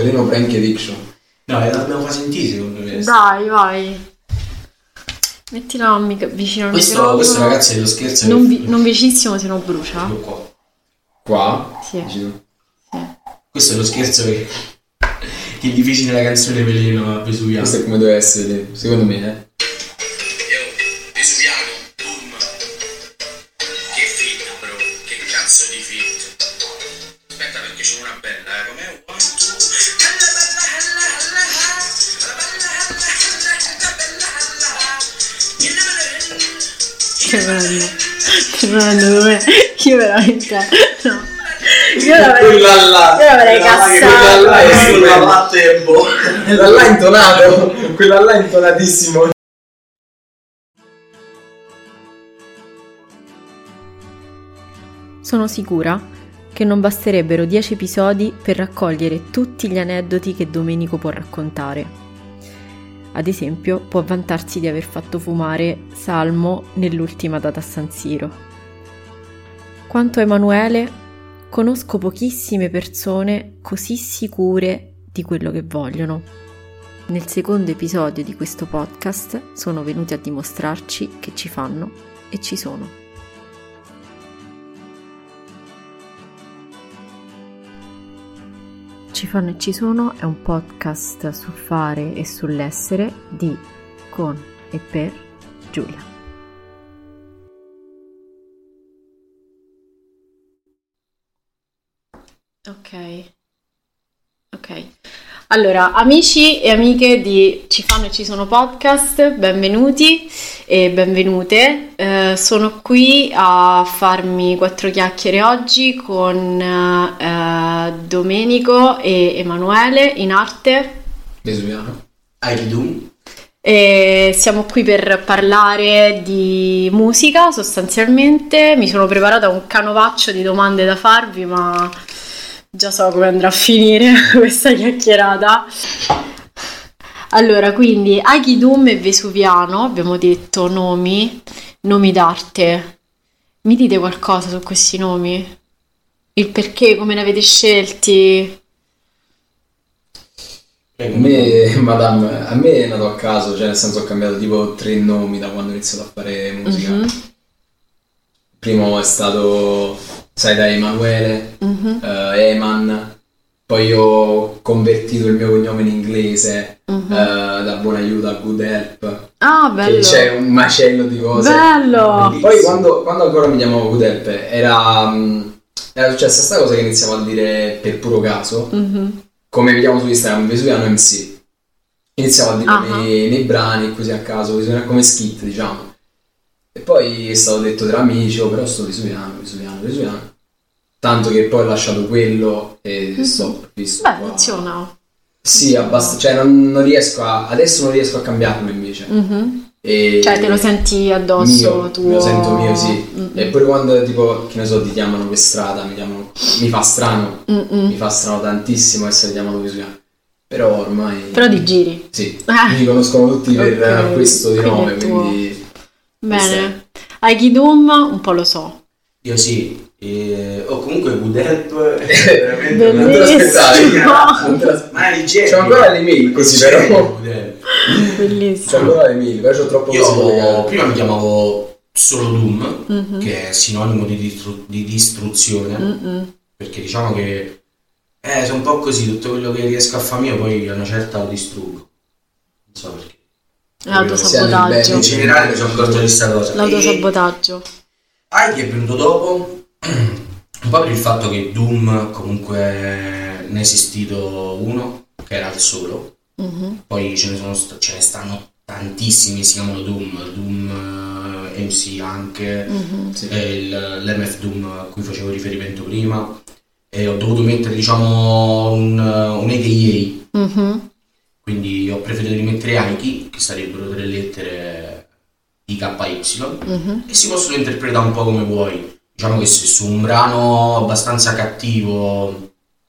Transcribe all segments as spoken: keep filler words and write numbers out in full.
Bellino Prank Addiction. No, l'abbiamo fa sentire secondo me. Dai, vai. Mettila mica vicino al Questo, microfono. questo ragazzi è lo scherzo. Non, vi, non vicinissimo, se no brucia. Qua. Qua? Sì. Sì. Questo è lo scherzo che, che gli feci nella canzone Veleno a Vesuviano. Questo è come deve essere, secondo me, eh. Io, Vesuviano, boom. Che fit, bro. Che cazzo di fit. Aspetta perché c'è una bella, eh. Com'è? One, two. Che bello. Che bello, dov'è? Io veramente... No. Io l'avrei... Quella là. Io l'avrei Quella cassato. là è Sulla stupenda. latte boh. Quella là è intonato. Quella là è intonatissimo. Sono sicura che non basterebbero dieci episodi per raccogliere tutti gli aneddoti che Domenico può raccontare. Ad esempio, può vantarsi di aver fatto fumare Salmo nell'ultima data a San Siro. Quanto a Emanuele, conosco pochissime persone così sicure di quello che vogliono. Nel secondo episodio di questo podcast sono venuti a dimostrarci che ci fanno e ci sono. Ci fanno e ci sono è un podcast sul fare e sull'essere di, con e per Giulia. Ok, ok. Allora, amici e amiche di Ci fanno e ci sono podcast, benvenuti e benvenute. Eh, sono qui a farmi quattro chiacchiere oggi con eh, Domenico e Emanuele in arte. Vesuviano. Aikido. E siamo qui per parlare di musica sostanzialmente. Mi sono preparata un canovaccio di domande da farvi, ma già so come andrà a finire questa chiacchierata. Allora, quindi Aikidum e Vesuviano, abbiamo detto nomi, nomi d'arte. Mi dite qualcosa su questi nomi? Il perché, come ne avete scelti? A me, madame, a me è nato a caso, cioè nel senso ho cambiato tipo tre nomi da quando ho iniziato a fare musica. Mhm. Il primo è stato, sai, da Emanuele, Mhm. eh, Eman, poi ho convertito il mio cognome in inglese, Mhm. eh, da Buon Aiuto a Good Help, Ah, che bello! c'è un macello di cose. Bello! Poi quando, quando ancora mi chiamavo Good Help era, mh, era successa sta cosa che iniziavo a dire per puro caso, Mhm. come mi chiamo su Instagram, Vesuviano M C. Iniziavo a dire Ah. nei, nei brani così a caso, Vesuviano- come skit, diciamo. E poi è stato detto tra amici, oh però sto Vesuviano, Vesuviano, Vesuviano. Tanto che poi ho lasciato quello e sto fisso Beh, qua. funziona. Sì, abbastanza, cioè non, non riesco a, adesso non riesco a cambiarlo invece. Mhm. E Cioè, te lo senti addosso mio, tuo? me lo sento mio, sì. Mm-mm. E pure quando tipo, che ne so, ti chiamano per strada, mi chiamano, mi fa strano, Mm-mm. mi fa strano tantissimo essere chiamato Vesuviano. Però ormai... Però ti giri. Sì, Ah. mi conoscono tutti per Ok, questo di quindi nome, è tuo. quindi... Bene. Aikidum un po' lo so. Io sì. E... Oh, comunque Good Help è veramente Non te l'aspettavi? Bellissimo. Non te l'aspettavi? Ma è genio. C'ho ancora le mail così però. Good Help. C'ho Bellissimo. ancora le mail, però c'ho troppo così Io collegato. prima mi chiamavo solo Doom, Mhm. che è sinonimo di, distru- di distruzione, Mm-mm. perché diciamo che eh, sono un po' così, tutto quello che riesco a fare mio poi a una certa lo distruggo. Non so perché. L'autosabotaggio. In generale mi sono accorto di sta cosa. L'autosabotaggio. Aiki è venuto dopo, un po' per il fatto che Doom comunque ne è esistito uno, che era il solo, Mhm. poi ce ne, sono st- ce ne stanno tantissimi, si chiamano Doom, Doom eh, M C anche, Mhm. Sì. e il- l'M F Doom a cui facevo riferimento prima, e ho dovuto mettere diciamo un, un A K A, Mhm. quindi ho preferito rimettere Aiki, che sarebbero tre lettere I K Y, Mhm. e si possono interpretare un po' come vuoi. Diciamo che se su un brano abbastanza cattivo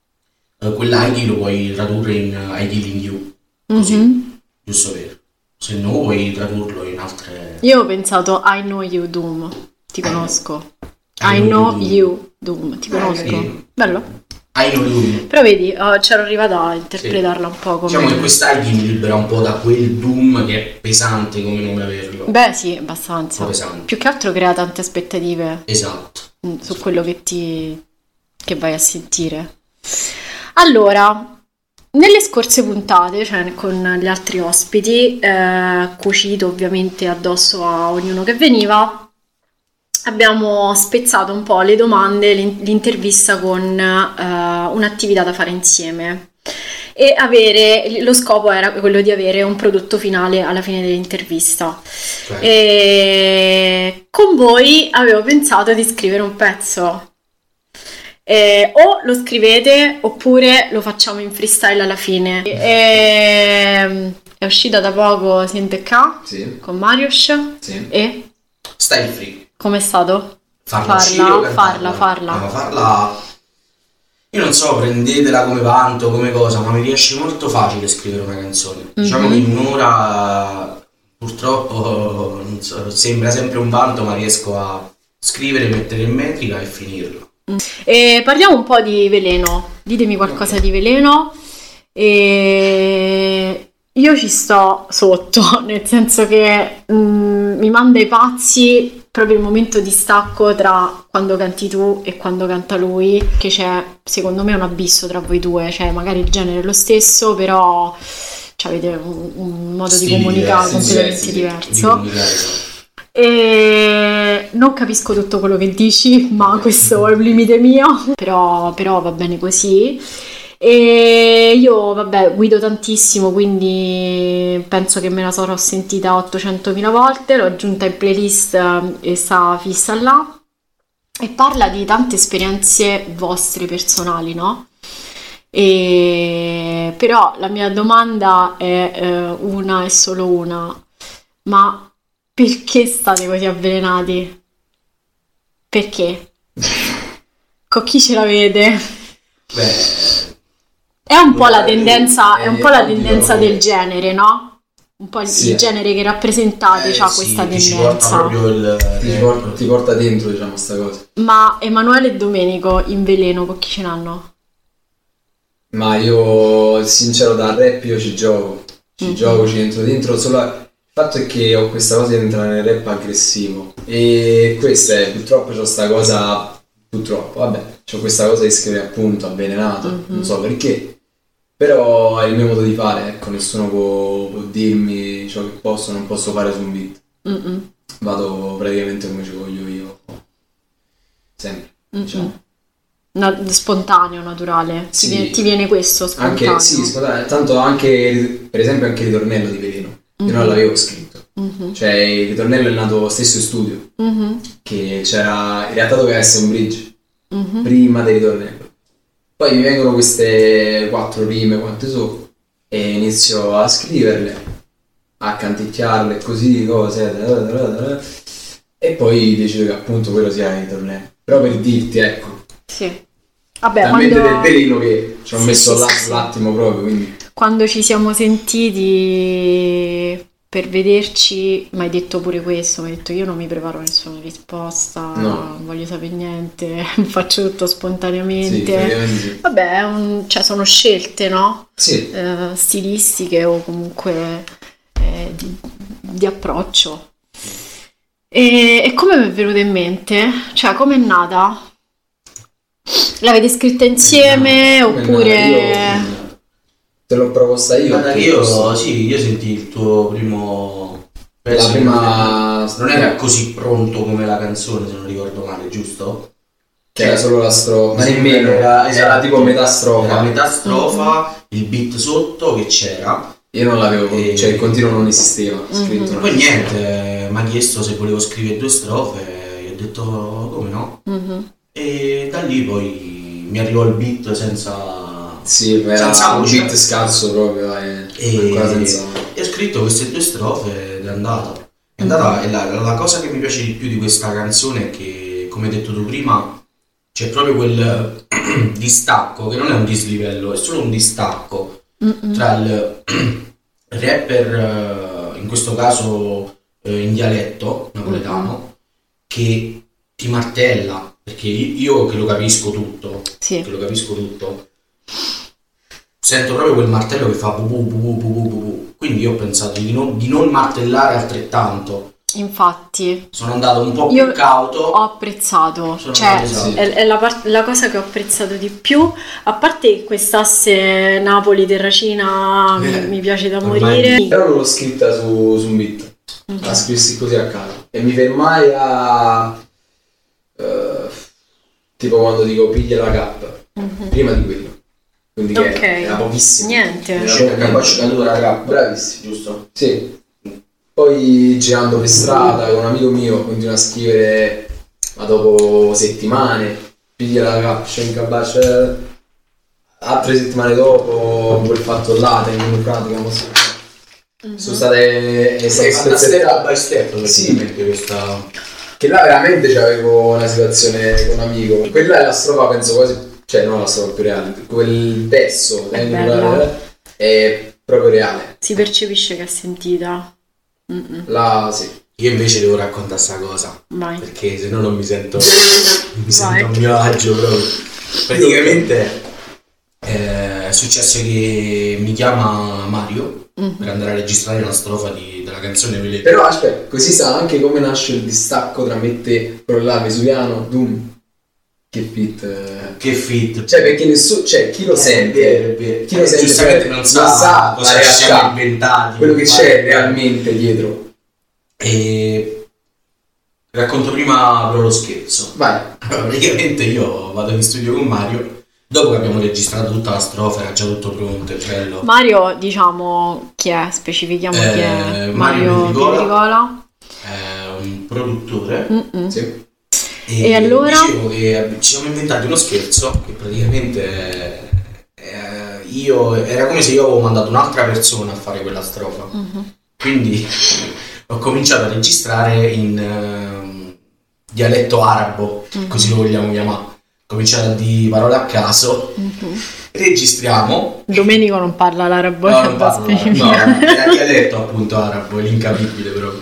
eh, quell'Aiki lo puoi tradurre in I Killing You, così, Mhm. giusto per. Se no puoi tradurlo in altre. Io ho pensato I know you Doom. Ti I know. conosco. I I know know you, you Doom. Ti Eh, conosco. carino. Bello. Aino Doom. Però vedi, oh, c'ero arrivata a interpretarla un po' come... Diciamo che quest'Aiki mi libera un po' da quel Doom che è pesante come nome averlo. Beh sì, abbastanza. Un po' pesante. Più che altro crea tante aspettative Esatto. mm, su quello che ti che vai a sentire. Allora, nelle scorse puntate, cioè con gli altri ospiti, eh, cucito ovviamente addosso a ognuno che veniva, abbiamo spezzato un po' le domande, l'in- l'intervista con eh, un'attività da fare insieme e avere, lo scopo era quello di avere un prodotto finale alla fine dell'intervista. Ok. E con voi avevo pensato di scrivere un pezzo. Eh, o lo scrivete oppure lo facciamo in freestyle alla fine. E- è uscita da poco Siente K Sì, con Marius sì. e Style free. com'è stato? Farla, Farla, uscire o cantarla? farla, farla. No, farla. Io non so, prendetela come vanto, come cosa, ma mi riesce molto facile scrivere una canzone. Diciamo Mhm. che in un'ora, purtroppo, non so, sembra sempre un vanto, ma riesco a scrivere, mettere in metrica e finirla. E parliamo un po' di Veleno. Ditemi qualcosa di Veleno. E io ci sto sotto, nel senso che mm, mi manda i pazzi proprio il momento di stacco tra quando canti tu e quando canta lui, che c'è secondo me un abisso tra voi due, cioè magari il genere è lo stesso, però cioè, avete un, un modo Stili di comunicare diversi, completamente sì, sì, Di diverso. comunicare. E non capisco tutto quello che dici, ma questo è un limite mio, però, però va bene così. E io, vabbè, guido tantissimo, quindi penso che me la sarò sentita ottocentomila volte, l'ho aggiunta in playlist eh, e sta fissa là. E parla di tante esperienze vostre personali, no? E però la mia domanda è eh, una e solo una, ma perché state così avvelenati? Perché? Con chi ce l'avete? Beh, È un po' la Eh, tendenza, è un po' la oddio. tendenza del genere, no? Un po' il, Sì. il genere che rappresentate eh, c'ha sì, questa ti ci porta tendenza. proprio il Ti porta, ti porta dentro, diciamo, sta cosa. Ma Emanuele e Domenico in Veleno con chi ce l'hanno? Ma io, sincero, da rap io ci gioco. Ci Mhm. gioco, ci entro dentro. Solo il fatto è che ho questa cosa di entrare nel rap aggressivo. E questa è, purtroppo c'ho sta cosa, purtroppo, vabbè, c'ho questa cosa di scrivere appunto avvelenato, Mhm. non so perché. Però è il mio modo di fare, ecco, nessuno può, può dirmi ciò che posso, non posso fare su un beat. Mm-mm. Vado praticamente come ci voglio io. Sempre, diciamo. Mm-mm. Na- spontaneo, naturale. Ti Sì. viene, ti viene questo spontaneo? Anche, sì, spontaneo. Tanto anche, per esempio, anche il ritornello di Veleno. Io non Mhm. l'avevo scritto. Mhm. Cioè, il ritornello è nato stesso in studio. Mhm. Che c'era, in realtà doveva essere un bridge, Mhm. prima del ritornello. Poi mi vengono queste quattro rime, quante sono, e inizio a scriverle, a canticchiarle, così, cose, da, da, da, da, e poi decido che appunto quello sia il ritornello. Però per dirti, ecco, Sì. Vabbè, talmente del quando, veleno che ci ho Sì, messo sì, là sì, sì. l'attimo proprio, quindi... quando ci siamo sentiti per vederci, mi hai detto pure questo, mi hai detto io non mi preparo nessuna risposta, No. non voglio sapere niente, faccio tutto Sì, spontaneamente. praticamente sì. Vabbè, è un- cioè sono scelte, no? Sì, Eh, stilistiche o comunque eh, di, di approccio. E, e come mi è venuta in mente? Cioè, come è nata? L'avete scritta insieme Come no, oppure... io- te l'ho proposta io. Guarda che appunto, io, sì. sì, io senti il tuo primo La pezzo, prima... non era così pronto come la canzone, se non ricordo male, giusto? Che era solo la strofa, ma Sì, nemmeno, era- era, esatto. tipo metà strofa. Era metà strofa, il beat sotto che c'era. Io non l'avevo, E- cioè il continuo non esisteva, scritto. non Poi esisteva. niente, mi ha chiesto se volevo scrivere due strofe, io ho detto come no. Mhm. E da lì poi mi arrivò il beat senza... Sì, era senza un voce. beat scalzo proprio, eh, E, ancora senza... e ho scritto queste due strofe ed è andata. È andata e la, la cosa che mi piace di più di questa canzone è che, come hai detto tu prima, c'è proprio quel distacco, che non è un dislivello, è solo un distacco Mm-mm. tra il rapper, eh, in questo caso eh, in dialetto napoletano, che ti martella perché io che lo capisco tutto, Sì. che lo capisco tutto, sento proprio quel martello che fa bu bu bu bu bu bu bu. Quindi io ho pensato di non, di non martellare altrettanto. Infatti Sono andato un po' io più cauto. ho apprezzato, Sono cioè andato, sì. è, è la, part- la cosa che ho apprezzato di più, a parte quest'asse Napoli-Terracina mi, Eh, mi piace da ormai- morire. Però non l'ho scritta su, su un beat, la scrissi così a caso e mi fermai a eh, tipo quando dico piglia la K, Mhm. prima di quello, quindi che Ok. era pochissimo. Niente. Era C'è proprio- capacitatura K, bravissimo. giusto? Sì. Poi girando per strada con un amico mio continua a scrivere, ma dopo settimane, piglia la capscia in cabace, altre settimane dopo quel fatto là, in pratica, mo so- Mhm. sono state Sei sei fatta step by step Sì. praticamente questa. che là veramente c'avevo una situazione con un amico. Quella è la strofa, penso quasi, cioè non la strofa più reale, quel verso È eh, bella. è proprio reale. Si percepisce che è sentita. Mm-mm. Là sì. Io invece devo raccontare sta cosa, Vai. perché se no non mi sento, non mi Vai. sento a mio agio proprio. Praticamente eh, è successo che mi chiama Mario Mhm. per andare a registrare una strofa di- della canzone Veleno. Però aspetta, così sa anche come nasce il distacco tra me e te, quello là, Vesuviano, Doom. Che fit. eh. Che fit. Cioè, perché nessuno, cioè, chi lo Eh, sente, è vero, è vero. chi lo Eh, sente, giustamente cioè, non sa cosa la ci siamo realtà, inventati. quello che c'è Infatti. realmente dietro. E racconto prima però lo scherzo. Vai. Allora, praticamente io vado in studio con Mario, dopo che abbiamo registrato tutta la strofa, era già tutto pronto e bello. Mario, diciamo chi è? Specifichiamo chi è. Eh, Mario Mario Petricola. Petricola. È un produttore. Mm-mm. Sì. E allora? Dicevo che ci siamo inventati uno scherzo che praticamente eh, io era come se io avevo mandato un'altra persona a fare quella strofa. Mhm. Quindi ho cominciato a registrare in ehm, dialetto arabo, Mhm. così lo vogliamo chiamare. Ho cominciato a dire parole a caso, Mhm. registriamo. Domenico non parla l'arabo, No, c'è non da parlo specificare. arabo, no, era dialetto appunto arabo, è l'incapibile proprio.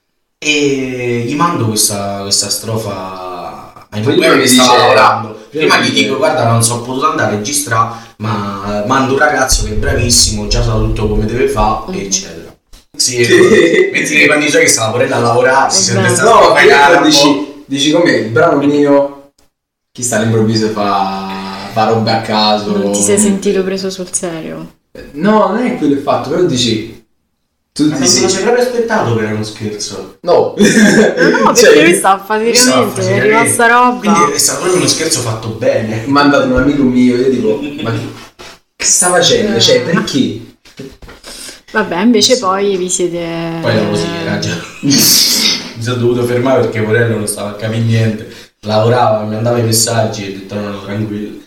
E gli mando questa, questa strofa ai Prima problemi mi che stava dice- lavorando. prima Prima mi gli dice- dico guarda non sono potuto andare a registrare, ma mando un ragazzo che è bravissimo, già sa tutto come deve fare, Mhm. eccetera. Sì, ecco. Metti che quando dice che stava pure da lavorare, si Vabbè. sente sta No, strofa in che altro arabo. dici, dici com'è, il brano mio, chi sta all'improvviso fa, fa robe a caso. Non ti sei sentito preso sul serio? No, non è quello il fatto, però dici, tu Ma non dici, te lo sei proprio aspettato che era uno scherzo. no. No, no, perché Cioè, lui sta a fare Lui stava a fare seriamente, è rimasta roba. Quindi è stato proprio uno scherzo fatto bene. mi ha mandato un amico mio, io dico, ma che, che sta facendo? Cioè, perché? Vabbè, invece poi vi siete... Poi dopo sì, era già. Mi sono dovuto fermare perché Morello non stava a capire niente. Lavorava, mi mandava i messaggi e ho detto no, no, tranquillo.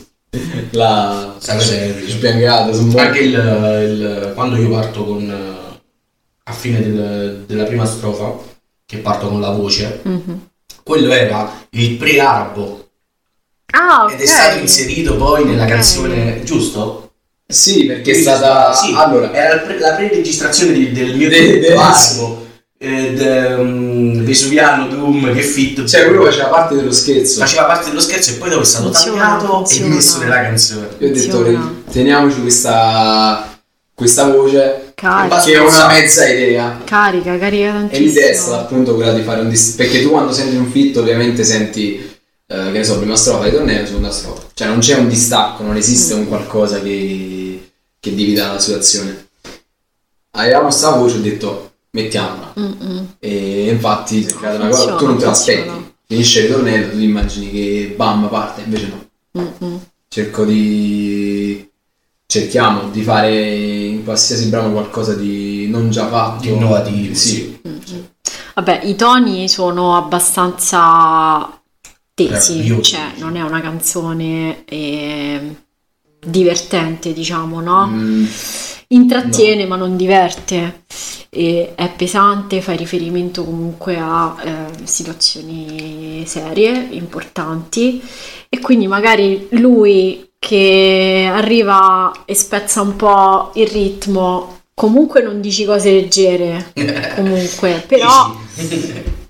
La Sai cos'è? spiangato su un Anche il, il- quando io parto con eh, a fine del- della prima strofa, che parto con la voce, Mhm. quello era il pre-arabo Ah, ok. ed è stato inserito poi nella Ok. canzone, giusto? Sì, perché è Quindi stata sì, allora era il pre- la pre-registrazione di- del mio De- de- dialetto arabo, eh, de- um, Vesuviano, Doom, che fit, cioè quello faceva parte dello scherzo. faceva parte dello scherzo e poi dopo è stato Funziona, tagliato funziona. e messo nella canzone. Io ho detto Funziona. teniamoci questa questa voce Carica, che è una mezza idea. carica, carica E tantissimo. l'idea è stata appunto quella di fare un dis- perché tu quando senti un fit ovviamente senti eh, che ne so, prima strofa di torneo, seconda strofa, cioè non c'è un distacco, non esiste Mm. un qualcosa che, che divida la situazione. Avevamo sta voce, ho detto mettiamola Mm-mm. e infatti si è creata una cosa, Funziona, tu non te funziona. l'aspetti, finisce il ritornello, tu ti immagini che bam parte, invece no. Mm-mm. Cerco di cerchiamo di fare in qualsiasi brano qualcosa di non già fatto, Di innovativo, sì. Mm-mm. Vabbè, i toni sono abbastanza tesi, Meravigliosi. cioè non è una canzone eh, divertente, diciamo, no? Mm, Intrattiene ma non diverte, e è pesante, fa riferimento comunque a eh, situazioni serie, importanti, e quindi magari lui che arriva e spezza un po' il ritmo, comunque non dici cose leggere, comunque, però Dici?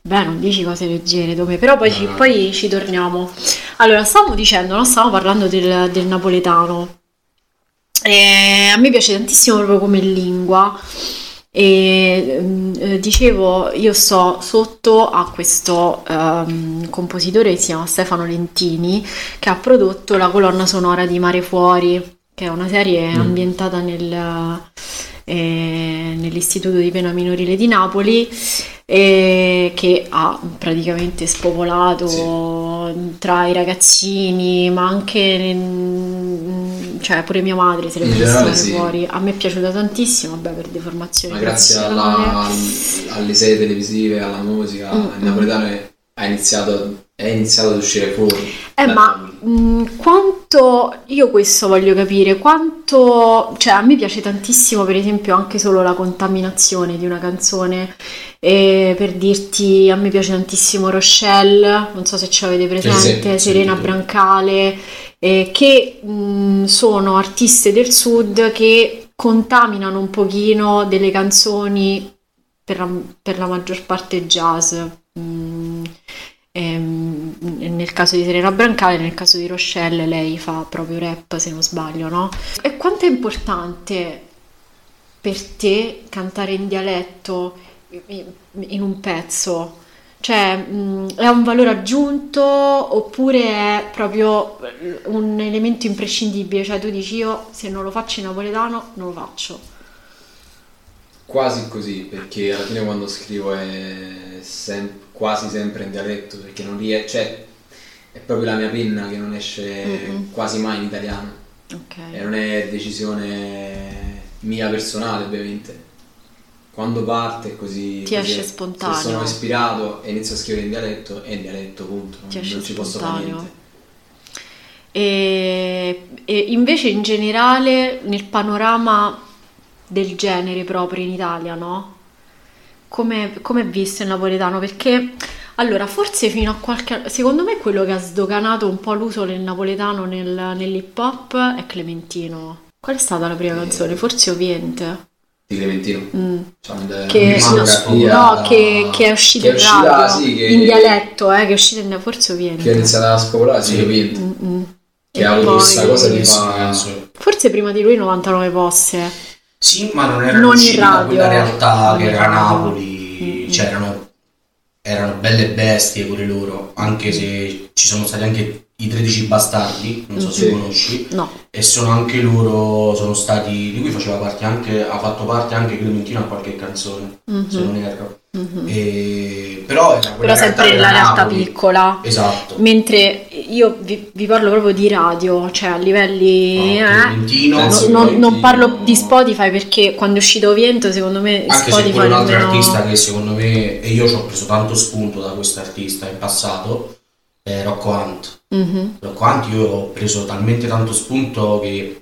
Beh, non dici cose leggere, Tome, però poi, No, ci, no. poi ci torniamo. Allora, stavamo dicendo, no? Stavamo parlando del, del napoletano. E a me piace tantissimo proprio come lingua. E mm, eh, dicevo, io sto sotto a questo ehm, compositore che si chiama Stefano Lentini, che ha prodotto la colonna sonora di Mare Fuori, che è una serie Mm. ambientata nel, eh, nell'Istituto di Pena Minorile di Napoli, e che ha praticamente spopolato tra i ragazzini, ma anche nel- cioè pure mia madre se le In fa generale stare sì. fuori. A me è piaciuta tantissimo, vabbè, per deformazione Ma grazie professionale. alla- al- alle serie televisive, alla musica, Mm, il mm. napoletano è, ha iniziato, è iniziato ad uscire fuori. Eh, da ma Napoli. mh, quanto, io questo voglio capire, quanto, cioè a me piace tantissimo per esempio anche solo la contaminazione di una canzone, e per dirti a me piace tantissimo Rochelle, non so se ce l'avete presente, sì, Serena sì. Brancale, eh, che mh, sono artiste del sud che contaminano un pochino delle canzoni per la, per la maggior parte jazz. Mm, ehm, nel caso di Serena Brancale, nel caso di Rochelle, lei fa proprio rap, se non sbaglio, no? E quanto è importante per te cantare in dialetto in un pezzo? Cioè, mh, è un valore aggiunto oppure è proprio un elemento imprescindibile? Cioè, tu dici io se non lo faccio in napoletano non lo faccio. Quasi così, perché alla fine quando scrivo è sem- quasi sempre in dialetto, perché non riesco, cioè è proprio la mia penna che non esce Mm-mm. quasi mai in italiano. Ok. E non è decisione mia personale, ovviamente. Quando parte è così. Ti così esce è. spontaneo. Se sono ispirato e inizio a scrivere in dialetto, è in dialetto, punto. Ti Non, esce non ci posso fare spontaneo. niente. E, e invece in generale nel panorama del genere proprio in Italia, no? Come, come è visto il napoletano? Perché allora, forse fino a qualche... Secondo me quello che ha sdoganato un po' l'uso del napoletano nel, nell'hip hop è Clementino. Qual è stata la prima Eh, canzone? Forse Ovviamente. Di Clementino. Mm. Cioè, un- Che, una no, discografia no, che, che è uscita che è in uscita, radio, sì, che- in dialetto, eh, che è uscita in forse Ovviamente. che ha iniziato a spopolare, sì, Sì. ovviamente. Mm-mm. Che E ha avuto poi- questa cosa di Bellissima fa... canzone. Forse prima di lui novantanove posse. Sì, ma non era Non in uscita da radio. quella realtà Non che in era radio. Napoli, Mm-mm. c'erano erano belle bestie pure loro, anche se ci sono stati anche i tredici bastardi, non so se Sì. conosci, No. e sono anche loro, sono stati, di cui faceva parte anche, ha fatto parte anche Clementino a qualche canzone, Mhm. se non erro. Mhm. E, però era quella Però sempre realtà nella era realtà Napoli. piccola. Esatto. Mentre io vi, vi parlo proprio di radio, cioè a livelli... No, eh, Clementino, no- penso non, Clementino- non parlo di Spotify perché quando è uscito Ovviento secondo me anche se Spotify pure un altro nemmeno... artista che secondo me, e io ci ho preso tanto spunto da questo artista in passato, è Rocco Hunt. Mhm. Rocco Hunt io ho preso talmente tanto spunto che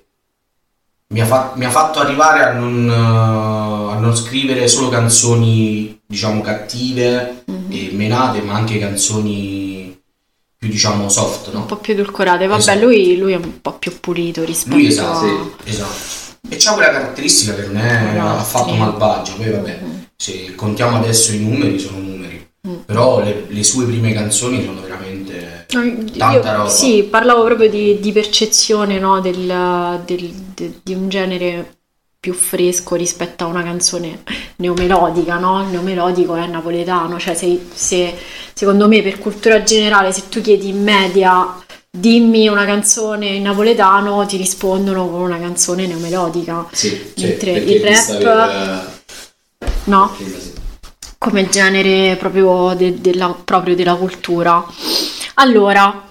mi ha, fa- mi ha fatto arrivare a non, eh, a non scrivere solo canzoni diciamo cattive Mhm. e menate, ma anche canzoni più diciamo soft, Un no? po' più edulcorate. Vabbè, Esatto. lui, lui è un po' più pulito rispetto Lui esatto, a... sì. esatto. E c'ha quella caratteristica che non è Ragazzi. affatto malvagia, poi vabbè, Mhm. se contiamo adesso i numeri sono numeri, Mm. però le, le sue prime canzoni sono veramente No, io- tanta roba. Sì, parlavo proprio di, di percezione, no, del, del- de- di un genere più fresco rispetto a una canzone neomelodica, no? Il neomelodico è napoletano, cioè se, se- secondo me per cultura generale se tu chiedi in media dimmi una canzone in napoletano ti rispondono con una canzone neomelodica, Sì, sì, mentre perché il vista rap per, no? per prima, sì. Come genere proprio, de- della, proprio della cultura. Allora,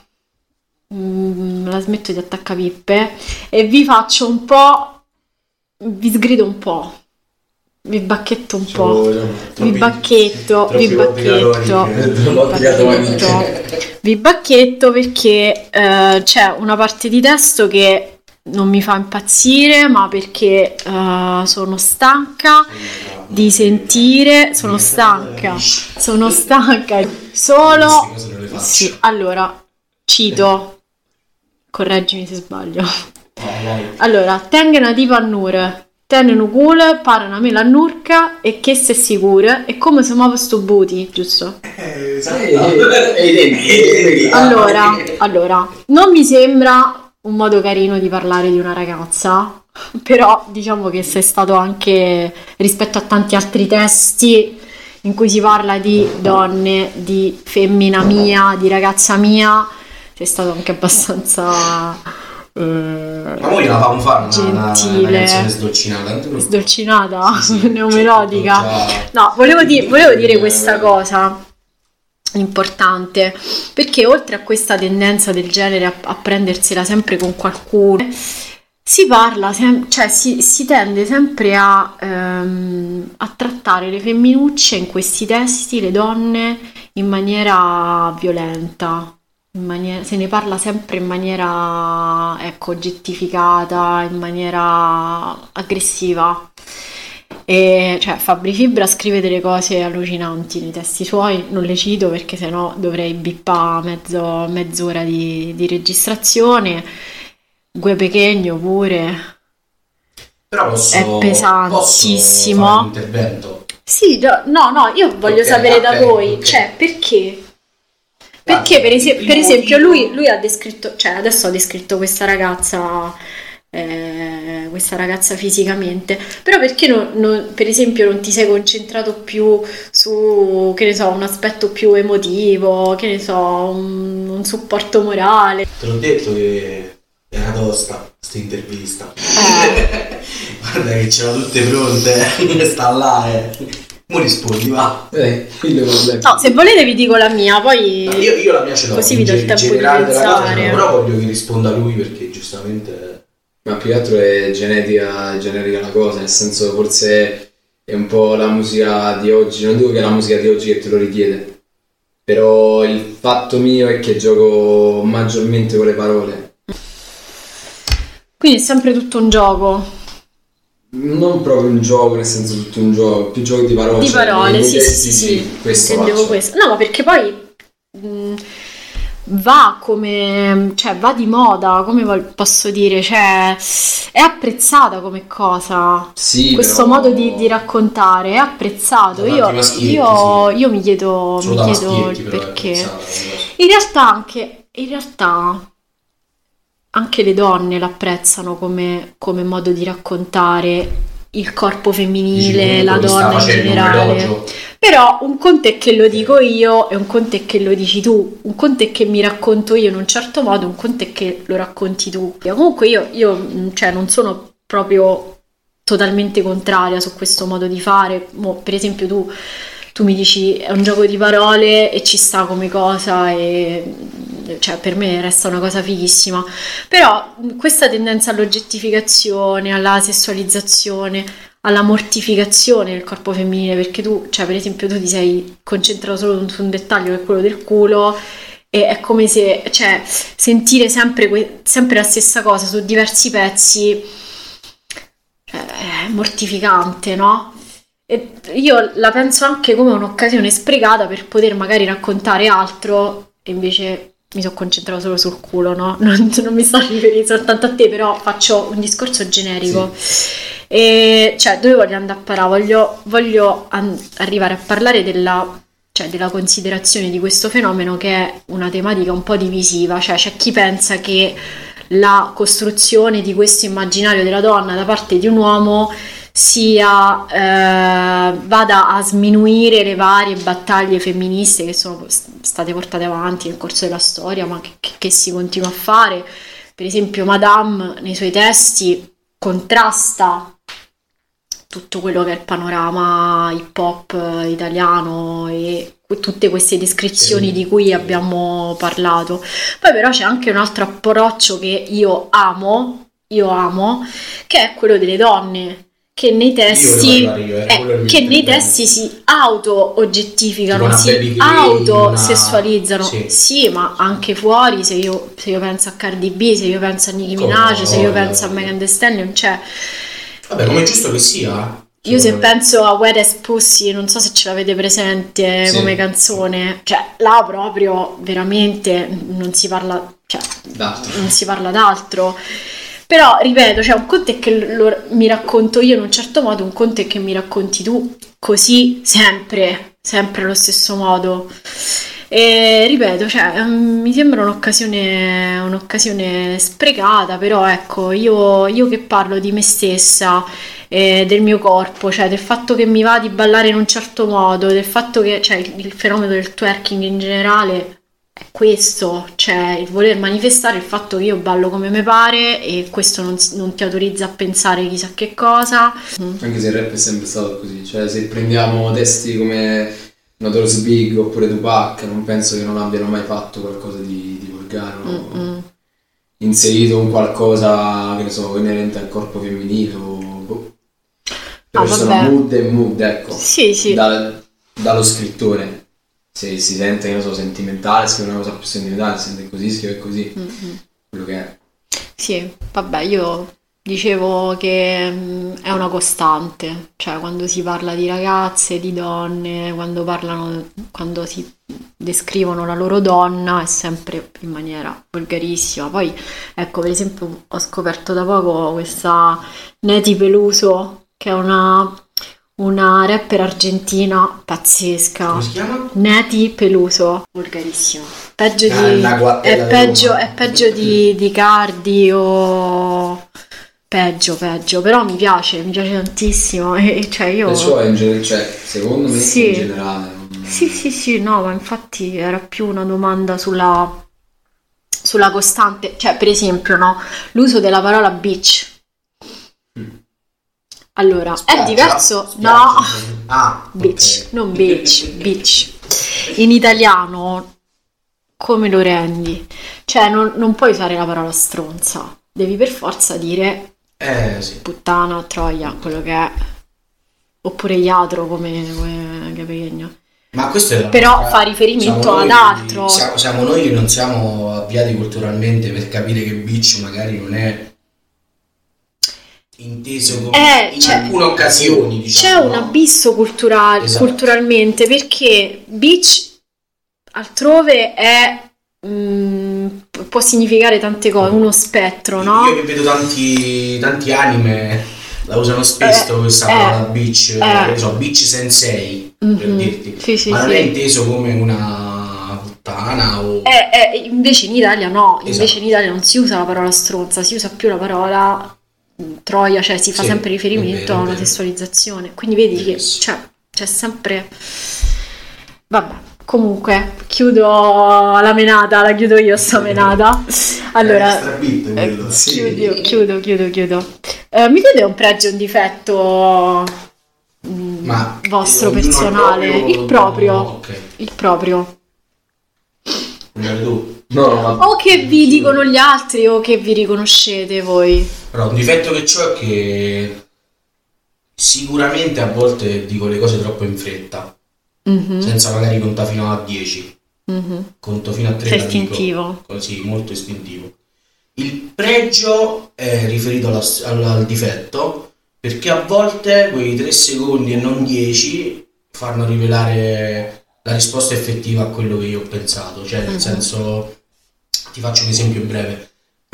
mm, la smetto di attaccapippe e vi faccio un po', vi sgrido un po', vi bacchetto un po', vi bacchetto, vi bacchetto, vi bacchetto, vi bacchetto perché eh, c'è una parte di testo che non mi fa impazzire, ma perché eh, sono stanca di sentire, sono stanca, sono stanca solo... Queste cose non le faccio. Sì, allora, cito, correggimi se sbaglio. Vai, vai. Allora, Teng Nativa Nur, tengono culo, parano a me la nurca e che sei sicuro e come si muove sto booty, giusto? Eh, esatto. E i denti. Allora, allora, non mi sembra un modo carino di parlare di una ragazza, però diciamo che sei stato anche, rispetto a tanti altri testi in cui si parla di donne, di femmina mia, di ragazza mia, sei stato anche abbastanza... Eh, Ma noi la facciamo fare una, una, una canzone sdolcinata, non ti preoccupare. Sdolcinata, Sì, sì, neomelodica. certo, già. No, volevo, di- volevo dire questa cosa importante, perché oltre a questa tendenza del genere a, a prendersela sempre con qualcuno, si parla, sem- cioè si, si tende sempre a, ehm, a trattare le femminucce in questi testi, le donne, in maniera violenta. In maniera- se ne parla sempre in maniera, ecco, oggettificata, in maniera aggressiva. E cioè Fabri Fibra scrive delle cose allucinanti nei testi suoi, non le cito perché sennò dovrei bippare mezzo, mezz'ora di, di registrazione. Gue Pequeno pure. Però posso, È pesantissimo. posso fare un intervento. Sì, no, no, no, io voglio Ok, sapere da ok, voi, ok. cioè perché? Guarda, Perché per, ese- il per esempio motivo- lui, lui ha descritto, cioè adesso ha descritto questa ragazza, eh, questa ragazza fisicamente, però perché non, non- per esempio non ti sei concentrato più su, che ne so, un aspetto più emotivo, che ne so, un, un supporto morale? Te l'ho detto che era tosta questa intervista. Eh. Guarda che c'erano tutte pronte, sta là e... Mo rispondi, va. Eh, quello è il problema. No, se volete vi dico la mia, poi... No, io, io la mia ce l'ho. Così in vi do il ge- tempo di generale della cosa, pensare. però voglio che risponda lui perché giustamente... Ma più che altro è genetica, generica la cosa, nel senso forse è un po' la musica di oggi, non dico che è la musica di oggi che te lo richiede, però il fatto mio è che gioco maggiormente con le parole. Quindi è sempre tutto un gioco. Non proprio un gioco, nel senso tutto un gioco, più gioco di parole. Di cioè, parole, nei sì, testi, sì, sì, sì, questo intendevo faccio. questo. No, ma perché poi mh, va come, cioè va di moda, come vol- posso dire, cioè è apprezzata come cosa. Sì, Questo però- modo di, di raccontare è apprezzato. Da Io, tanti maschietti, io, sì. io mi chiedo, Solo mi da chiedo maschietti il però è perché. apprezzata come cosa. In realtà anche, in realtà anche le donne l'apprezzano come, come modo di raccontare il corpo Dici, femminile, comunque la mi sta donna in facendo un generale. elogio. Però un conto è che lo dico io e un conto è che lo dici tu, un conto è che mi racconto io in un certo modo, un conto è che lo racconti tu. Comunque io, io mh, cioè, non sono proprio totalmente contraria su questo modo di fare. Mo, per esempio tu, tu mi dici è un gioco di parole e ci sta come cosa e cioè, per me resta una cosa fighissima. Però mh, questa tendenza all'oggettificazione, alla sessualizzazione, alla mortificazione del corpo femminile, perché tu, cioè per esempio tu ti sei concentrato solo su un dettaglio che è quello del culo e è come se, cioè, sentire sempre, que- sempre la stessa cosa su diversi pezzi cioè, è mortificante, no? E io la penso anche come un'occasione sprecata per poter magari raccontare altro e invece mi sono concentrato solo sul culo, no? Non, non mi sto riferendo soltanto a te, però faccio un discorso generico. E cioè, dove voglio andare a parare? Voglio, voglio an- arrivare a parlare della, cioè, della considerazione di questo fenomeno che è una tematica un po' divisiva, cioè c'è chi pensa che la costruzione di questo immaginario della donna da parte di un uomo sia eh, vada a sminuire le varie battaglie femministe che sono state portate avanti nel corso della storia, ma che, che si continua a fare. Per esempio, Madame nei suoi testi contrasta tutto quello che è il panorama hip hop italiano e tutte queste descrizioni Sì. di cui abbiamo parlato. Poi però c'è anche un altro approccio che io amo, io amo, che è quello delle donne, che nei testi, Io volevo arrivare, eh, quello è il che nei intervento. testi si auto-oggettificano, Tipo una si Baby Gray, auto-sessualizzano. una- Sì. sì. ma anche fuori, se io, se io penso a Cardi B, se io penso a Nicki Come Minaj, no, se io voglia, penso a voglia. Megan Thee Stallion, cioè... Vabbè, come è giusto che sia. Io se secondo me. penso a Wet as Pussy, non so se ce l'avete presente Sì. come canzone, cioè là proprio veramente non si parla, cioè, D'altro. non si parla d'altro. Però, ripeto, cioè un conto è che lo, mi racconto io in un certo modo, un conto è che mi racconti tu così sempre, sempre allo stesso modo. E ripeto, cioè, mm, mi sembra un'occasione, un'occasione sprecata, però ecco, io, io che parlo di me stessa, eh, del mio corpo, cioè del fatto che mi va di ballare in un certo modo, del fatto che, cioè, il, il fenomeno del twerking in generale è questo, cioè il voler manifestare il fatto che io ballo come mi pare e questo non, s- non ti autorizza a pensare chissà che cosa. Mm. Anche se il rap è sempre stato così, cioè se prendiamo testi come Notorious Big oppure Tupac, non penso che non abbiano mai fatto qualcosa di, di volgare o Mm-mm. inserito un qualcosa, che ne so, inerente al corpo femminile o boh. Però Ah, ci sono vabbè. mood e mood, ecco, Sì, sì. dal- dallo scrittore. Se si sente, che ne so, sentimentale, scrive una cosa più sentimentale, si sente così, scrive così, Mm-mm. quello che è. Sì, vabbè, io dicevo che mm, è una costante, cioè quando si parla di ragazze, di donne, quando parlano, quando si descrivono la loro donna è sempre in maniera volgarissima. Poi, ecco, per esempio, ho scoperto da poco questa Neti Peluso, che è una, una rapper argentina pazzesca. Come si chiama? Neti Peluso, volgarissimo. Peggio Ah, di, la gua- è la peggio, Roma. è peggio di, di Cardi o peggio, peggio, però mi piace, mi piace tantissimo e e cioè io Le sue in generale, cioè, secondo me Sì. in generale. non- sì, sì, sì, no, ma infatti era più una domanda sulla, sulla costante, cioè per esempio, no, l'uso della parola bitch. Allora, è Spiaggia? diverso, Spiaggia. no, Ah, bitch, ok. non bitch, bitch. In italiano come lo rendi? Cioè non, non puoi usare la parola stronza, devi per forza dire Eh sì. puttana, troia, quello che è, oppure iatro come, come capegno. Ma questo è la Però nostra- fa riferimento siamo ad noi- altro. Siamo, siamo noi che non siamo avviati culturalmente per capire che bitch magari non è inteso come Eh, in c'è- alcune occasioni, C'è diciamo, un no? abisso culturale, Esatto. culturalmente perché bitch altrove è mm, può significare tante cose, uno spettro, no? Io che vedo tanti, tanti anime la usano spesso Eh, questa eh, parola bitch, eh. che ne so, bitch sensei, per Mhm. dirti. Sì, sì, Ma non sì. è inteso come una puttana o... Eh, eh, invece in Italia no, invece Esatto. in Italia non si usa la parola stronza, si usa più la parola mm, troia, cioè si fa Sì, sempre è riferimento vero, a è una vero. sessualizzazione. Quindi vedi che Verissimo. cioè, c'è sempre. Vabbè, comunque chiudo la menata, la chiudo io sta menata. Allora, Extra beat, quello. eh, Sì. chiudo, chiudo, chiudo, chiudo. Eh, mi dite un pregio e un difetto mm, Ma vostro ognuno personale? proprio- Il proprio, Ok, il proprio. prima tu. No, ma O che vi dicono gli altri o che vi riconoscete voi. Però un difetto che ho è che sicuramente a volte dico le cose troppo in fretta, Mhm, senza magari contare fino a dieci. mhm. Conto fino a tre. Sei la dico. istintivo. Così, molto istintivo. Il pregio è riferito alla- al, al difetto, perché a volte quei tre secondi e non dieci fanno rivelare la risposta effettiva a quello che io ho pensato. Cioè, nel Mhm. senso, ti faccio un esempio breve.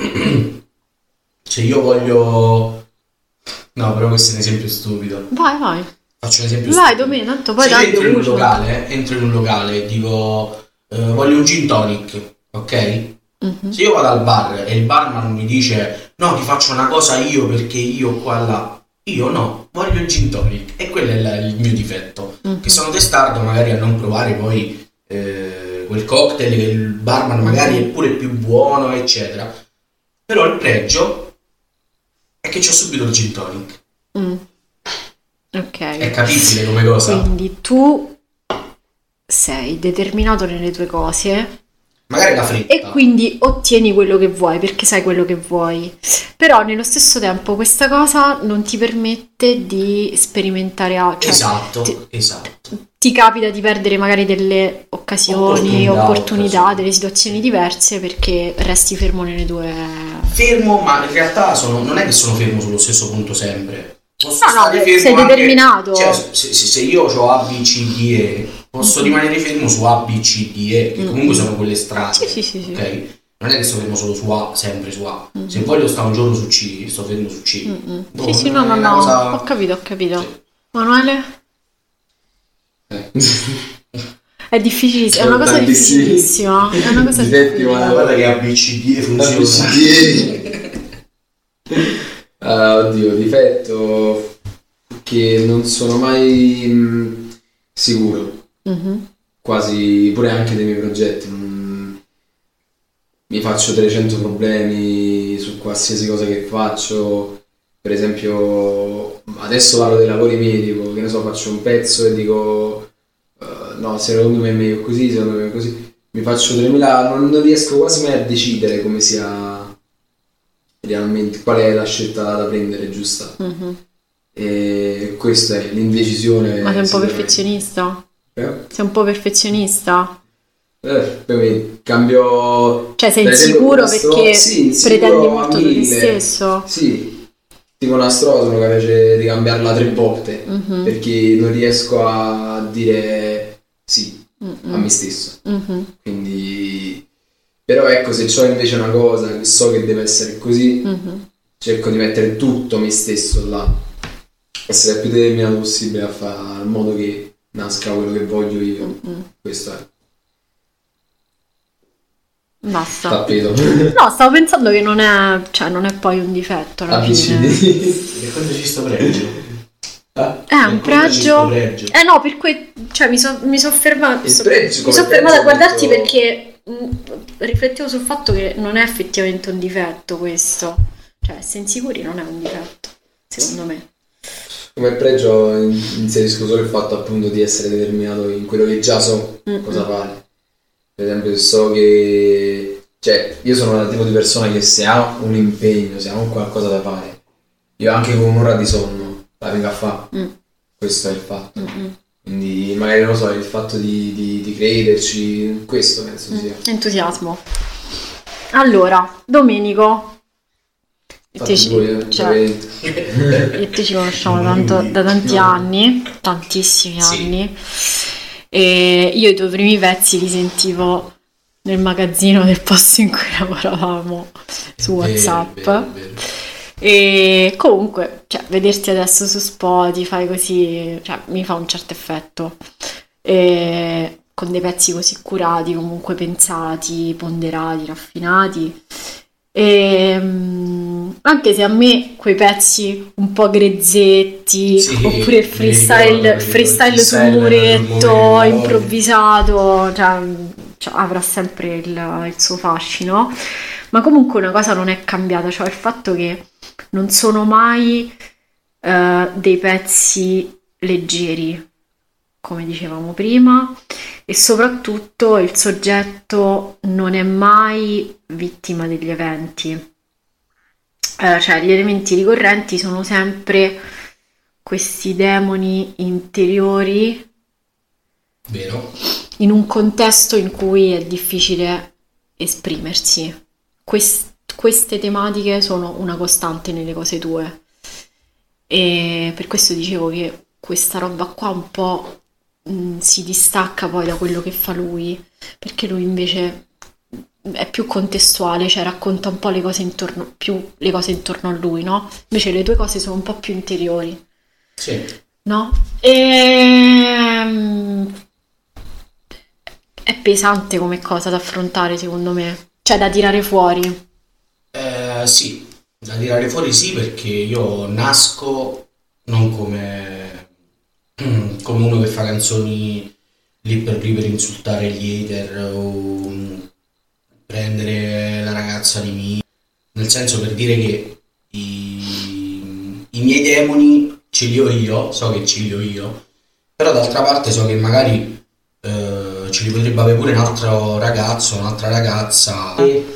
Se io voglio... No, però questo è un esempio stupido. Vai, vai. Faccio un esempio Vai, stupido. Domenico, tanto poi Se io tanto entro in un uso. locale, entro in un locale e dico eh, voglio un gin tonic, ok? Mhm. Se io vado al bar e il barman mi dice no, ti faccio una cosa io perché io qua là, io no, voglio il gin tonic e quello è la- il mio difetto, Mhm. che sono testardo magari a non provare poi eh, quel cocktail che il barman magari è pure più buono, eccetera. Però il pregio è che c'ho subito il gin tonic. Mm. Ok. È capibile come cosa? Quindi tu sei determinato nelle tue cose Magari la fretta. e quindi ottieni quello che vuoi perché sai quello che vuoi. Però nello stesso tempo questa cosa non ti permette di sperimentare altro. Cioè, Esatto, ti, esatto. ti capita di perdere magari delle occasioni, Opportunità, opportunità, occasioni. delle situazioni diverse perché resti fermo nelle tue. Fermo, ma in realtà sono, non è che sono fermo sullo stesso punto sempre. Posso No, no, stare fermo sei anche- determinato. Cioè, se, se- se io ho A, B, C, D, E, posso rimanere fermo su A, B, C, D, E, che comunque sono quelle strade. Sì, sì, sì, sì. Ok? non è che sto fermo solo su A, sempre su A. Mm-hmm. Se voglio stare un giorno su C, sto fermo su C. Mm-hmm. Boh, sì, sì, no, no, è una no, cosa- ho capito, ho capito. Sì. Manuele? Eh. È difficilissimo, è una cosa Tantissimi difficilissima. È una cosa difetti, difficile. ma- Guarda che A B C D funziona. Ah, oddio, difetto che non sono mai mh, sicuro, Mhm. quasi pure anche dei miei progetti. non- Mi faccio trecento problemi su qualsiasi cosa che faccio. Per esempio, adesso parlo dei lavori medico, che ne so, faccio un pezzo e dico eh, no, secondo me è meglio così, secondo me è così. Mi faccio tremila, non, non riesco quasi mai a decidere come sia realmente, qual è la scelta da prendere giusta. Mhm. E questa è l'indecisione. Ma sei un po' sicuramente. perfezionista? Eh? Sei un po' perfezionista? Eh, per me cambio. Cioè sei per esempio, insicuro una stro- perché sì, insicuro pretendi a molto da te mille. stesso? Sì, tipo una strada sono capace di cambiarla tre volte Mhm. perché non riesco a dire sì Mm-mm. a me stesso. Mhm. Quindi, però ecco, se c'ho invece una cosa che so che deve essere così, Mhm. cerco di mettere tutto me stesso là, essere il più determinato possibile a fare in modo che nasca quello che voglio io. Mm. Questo è Basta. tappeto. No, stavo pensando che non è, cioè non è poi un difetto alla A B C fine. D. E quanto ci sto pregio? Ah, È un E quanto ci sto pregio. pregio? Eh no, per cui, cioè mi sono mi son fermata, Il pregio mi come sono fermata a pregio, guardarti ho detto- perché mh, riflettevo sul fatto che non è effettivamente un difetto questo. Cioè, essere insicuri non è un difetto, secondo me. Come pregio in- inserisco solo il fatto appunto di essere determinato in quello che già so Mm-mm. cosa fare. Per esempio, se so che, cioè, io sono il tipo di persona che se ha un impegno, se ha un qualcosa da fare, io anche con un'ora di sonno la vengo a fare. Mm. Questo è il fatto. Mm-mm. Quindi magari non lo so, il fatto di, di, di crederci, questo penso sia. Entusiasmo. Allora, Domenico, io te Fatti ci, voi, eh, cioè, ovviamente. io e te ci conosciamo tanto- da tanti No. anni, tantissimi Sì. anni, e io i tuoi primi pezzi li sentivo nel magazzino del posto in cui lavoravamo su WhatsApp. Vero, vero, vero. E comunque, cioè, vederti adesso su Spotify così, cioè, mi fa un certo effetto. E con dei pezzi così curati, comunque pensati, ponderati, raffinati. E, mm, anche se a me quei pezzi un po' grezzetti, Sì, oppure il mi freestyle, ricordo, mi ricordo, freestyle il sul freestyle muretto, sul muretto, improvvisato, cioè, cioè, avrà sempre il, il suo fascino. Ma comunque una cosa non è cambiata, cioè il fatto che non sono mai eh, dei pezzi leggeri, come dicevamo prima, e soprattutto il soggetto non è mai vittima degli eventi. Eh, cioè gli elementi ricorrenti sono sempre questi demoni interiori Vero? in un contesto in cui è difficile esprimersi. Quest- queste tematiche sono una costante nelle cose tue e per questo dicevo che questa roba qua un po' mh, si distacca poi da quello che fa lui, perché lui invece è più contestuale, cioè racconta un po' le cose intorno, più le cose intorno a lui, no? Invece le tue cose sono un po' più interiori, Sì. no? E è pesante come cosa da affrontare, secondo me, cioè da tirare fuori. Eh, sì, da tirare fuori sì, perché io nasco non come, come uno che fa canzoni lì per lì per insultare gli hater o mm, prendere la ragazza di me, nel senso, per dire che i, i miei demoni ce li ho io, so che ce li ho io, però d'altra parte so che magari eh, ce li potrebbe avere pure un altro ragazzo, un'altra ragazza. E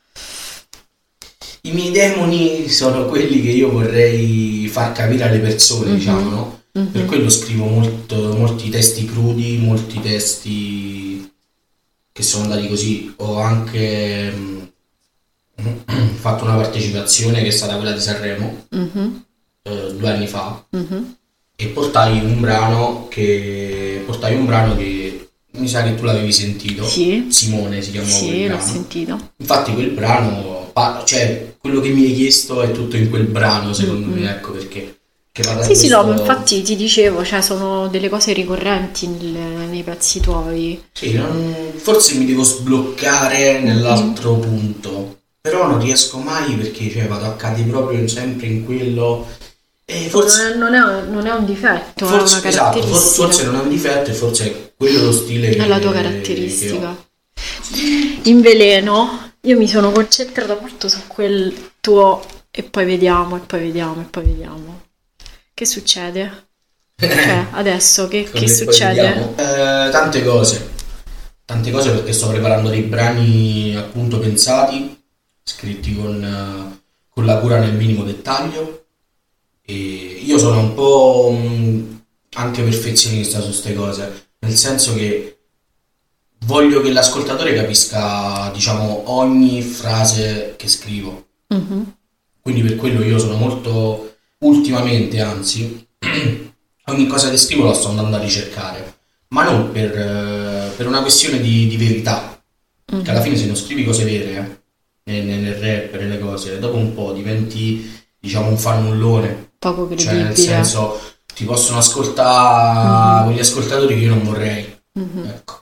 i miei demoni sono quelli che io vorrei far capire alle persone, Mhm. diciamo, no? Mhm. Per quello scrivo molto- molti testi crudi, molti testi che sono andati così. Ho anche mm, fatto una partecipazione che è stata quella di Sanremo Mhm, eh, due anni fa, mhm, e portai un brano che portai un brano che mi sa che tu l'avevi sentito. Sì. Simone si chiamava quel Sì, l'ho brano. sentito. Infatti quel brano, pa- cioè quello che mi hai chiesto è tutto in quel brano, secondo Mm-mm. me, ecco perché. Che parla Sì, di sì, no, ma questo- infatti ti dicevo, cioè sono delle cose ricorrenti nel- nei pezzi tuoi. Sì, non- forse mi devo sbloccare nell'altro punto, però non riesco mai perché cioè, vado a cadere proprio sempre in quello. E forse, Non è, non è- non è un difetto, forse, è una esatto, caratteristica. forse, forse non è un difetto e forse è quello lo stile che È la tua che caratteristica. ho. In Veleno io mi sono concentrata molto su quel tuo e poi vediamo, e poi vediamo, e poi vediamo. Che succede? Cioè, adesso che, Con che le- poi succede? vediamo. Eh, tante cose, tante cose perché sto preparando dei brani appunto pensati, scritti con, eh, con la cura nel minimo dettaglio. E io sono un po' mh, anche perfezionista su queste cose, nel senso che voglio che l'ascoltatore capisca, diciamo, ogni frase che scrivo. Mhm. Quindi per quello io sono molto, ultimamente anzi, ogni cosa che scrivo la sto andando a ricercare, ma non per, eh, per una questione di, di verità, perché alla fine se non scrivi cose vere, eh, nel, nel rap, nelle cose, dopo un po' diventi, diciamo, un fannullone. Poco Cioè, nel credibile. senso, ti possono ascoltare Mhm. quegli ascoltatori che io non vorrei. Mhm. Ecco.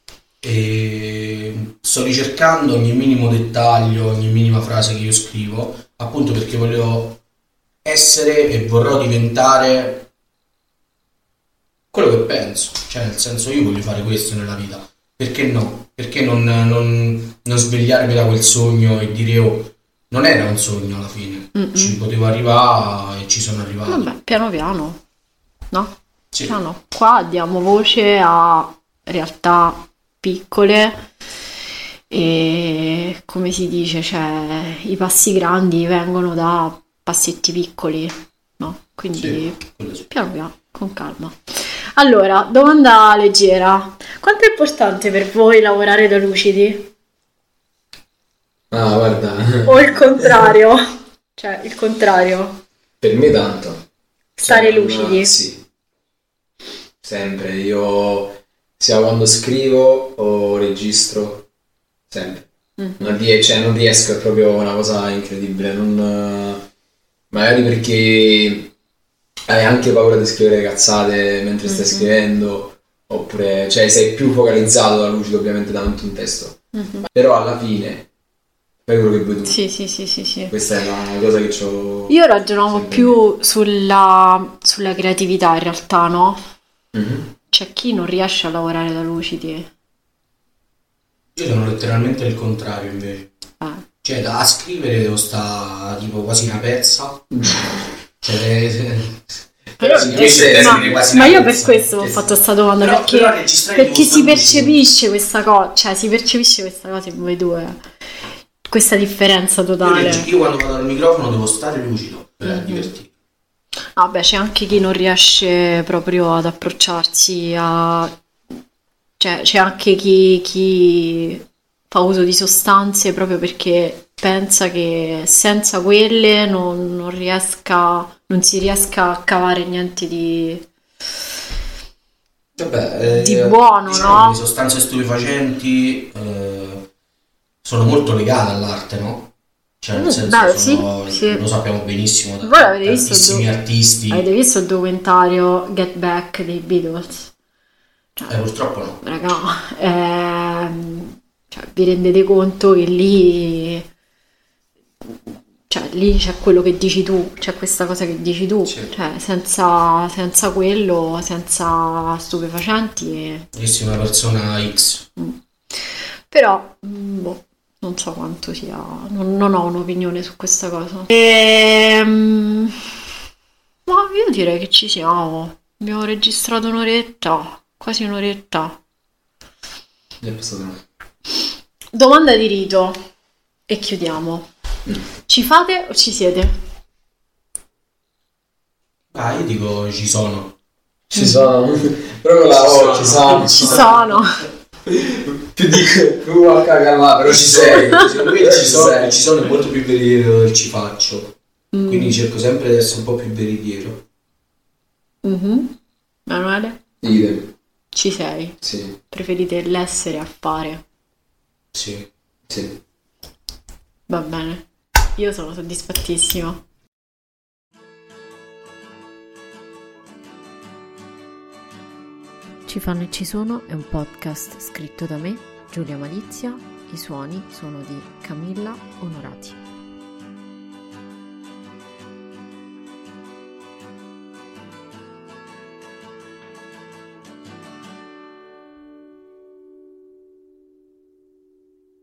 E sto ricercando ogni minimo dettaglio, ogni minima frase che io scrivo, appunto perché voglio essere e vorrò diventare quello che penso. Cioè, nel senso, io voglio fare questo nella vita. Perché no? Perché non, non, non svegliarmi da quel sogno e dire, oh, non era un sogno alla fine. Mm-mm. Ci potevo arrivare e ci sono arrivato. Vabbè, piano piano, no? Sì. Piano. Qua diamo voce a realtà piccole e come si dice, cioè i passi grandi vengono da passetti piccoli, no? Quindi Sì, quello sì. piano piano, con calma. Allora, domanda leggera. Quanto è importante per voi lavorare da lucidi? Ah, guarda, O il contrario? Cioè, il contrario. per me tanto. Stare Cioè, lucidi. ma- Sì, sempre. Io, sia quando scrivo o registro, sempre. Mm. Non, rie- cioè, non riesco, è proprio una cosa incredibile. Non, magari perché hai anche paura di scrivere cazzate mentre stai Mhm. scrivendo, oppure, cioè, sei più focalizzato da lucido ovviamente davanti a un testo. Mhm. Però alla fine fai quello che vuoi tu. Sì, sì, sì, sì, sì. Questa è una cosa che ho. Io ragionavo sempre. più sulla, sulla creatività in realtà, no? Mhm. C'è chi non riesce a lavorare da lucidi. Io sono letteralmente il contrario invece. Eh. Cioè, da a scrivere devo stare tipo quasi una pezza. Cioè, se- Però- si eh, capisce ma- termine quasi Ma una io per pezza. questo ho fatto questa domanda, Però- perché, però registrare perché devo si stare percepisce questa cosa, cioè si percepisce questa cosa in voi due, questa differenza Io, totale. leggi- io quando vado al microfono devo stare lucido per Mhm. divertirmi. Vabbè, c'è anche chi non riesce proprio ad approcciarsi a... Cioè, c'è anche chi, chi fa uso di sostanze proprio perché pensa che senza quelle non, non riesca, non si riesca a cavare niente di... Vabbè, eh, Di buono, diciamo, no? Le sostanze stupefacenti eh, sono molto legate all'arte, no? Cioè, nel Mm, senso, beh, sì, sono- sì. lo sappiamo benissimo da Voi l'avete visto il tantissimi do- artisti. Avete visto il documentario Get Back dei Beatles? Eh, purtroppo no. Raga, ehm, cioè, vi rendete conto che lì, cioè, lì c'è quello che dici tu, c'è questa cosa che dici tu, Sì. cioè, senza, senza quello, senza stupefacenti, Io sono una persona X. però, mm, boh, non so quanto sia, non, non ho un'opinione su questa cosa. Ehm, ma io direi che ci siamo, abbiamo registrato un'oretta, quasi un'oretta. È passato un- Domanda di rito e chiudiamo. Mm. Ci fate o ci siete? Ah, io dico ci sono. Ci sono. Proprio la O, ci sono. Ci sono. Più di più a cagare, però ci sei. Secondo me Però ci sono, sei. ci sono è molto più veritiero del ci faccio. Mm. Quindi cerco sempre di essere un po' più veritiero. Mhm. Emanuele? Idem. Ci sei. Sì, Preferite l'essere a fare. Sì. sì. Va bene. Io sono soddisfattissima. Ci fanno e ci sono è un podcast scritto da me, Giulia Malizia. I suoni sono di Camilla Onorati.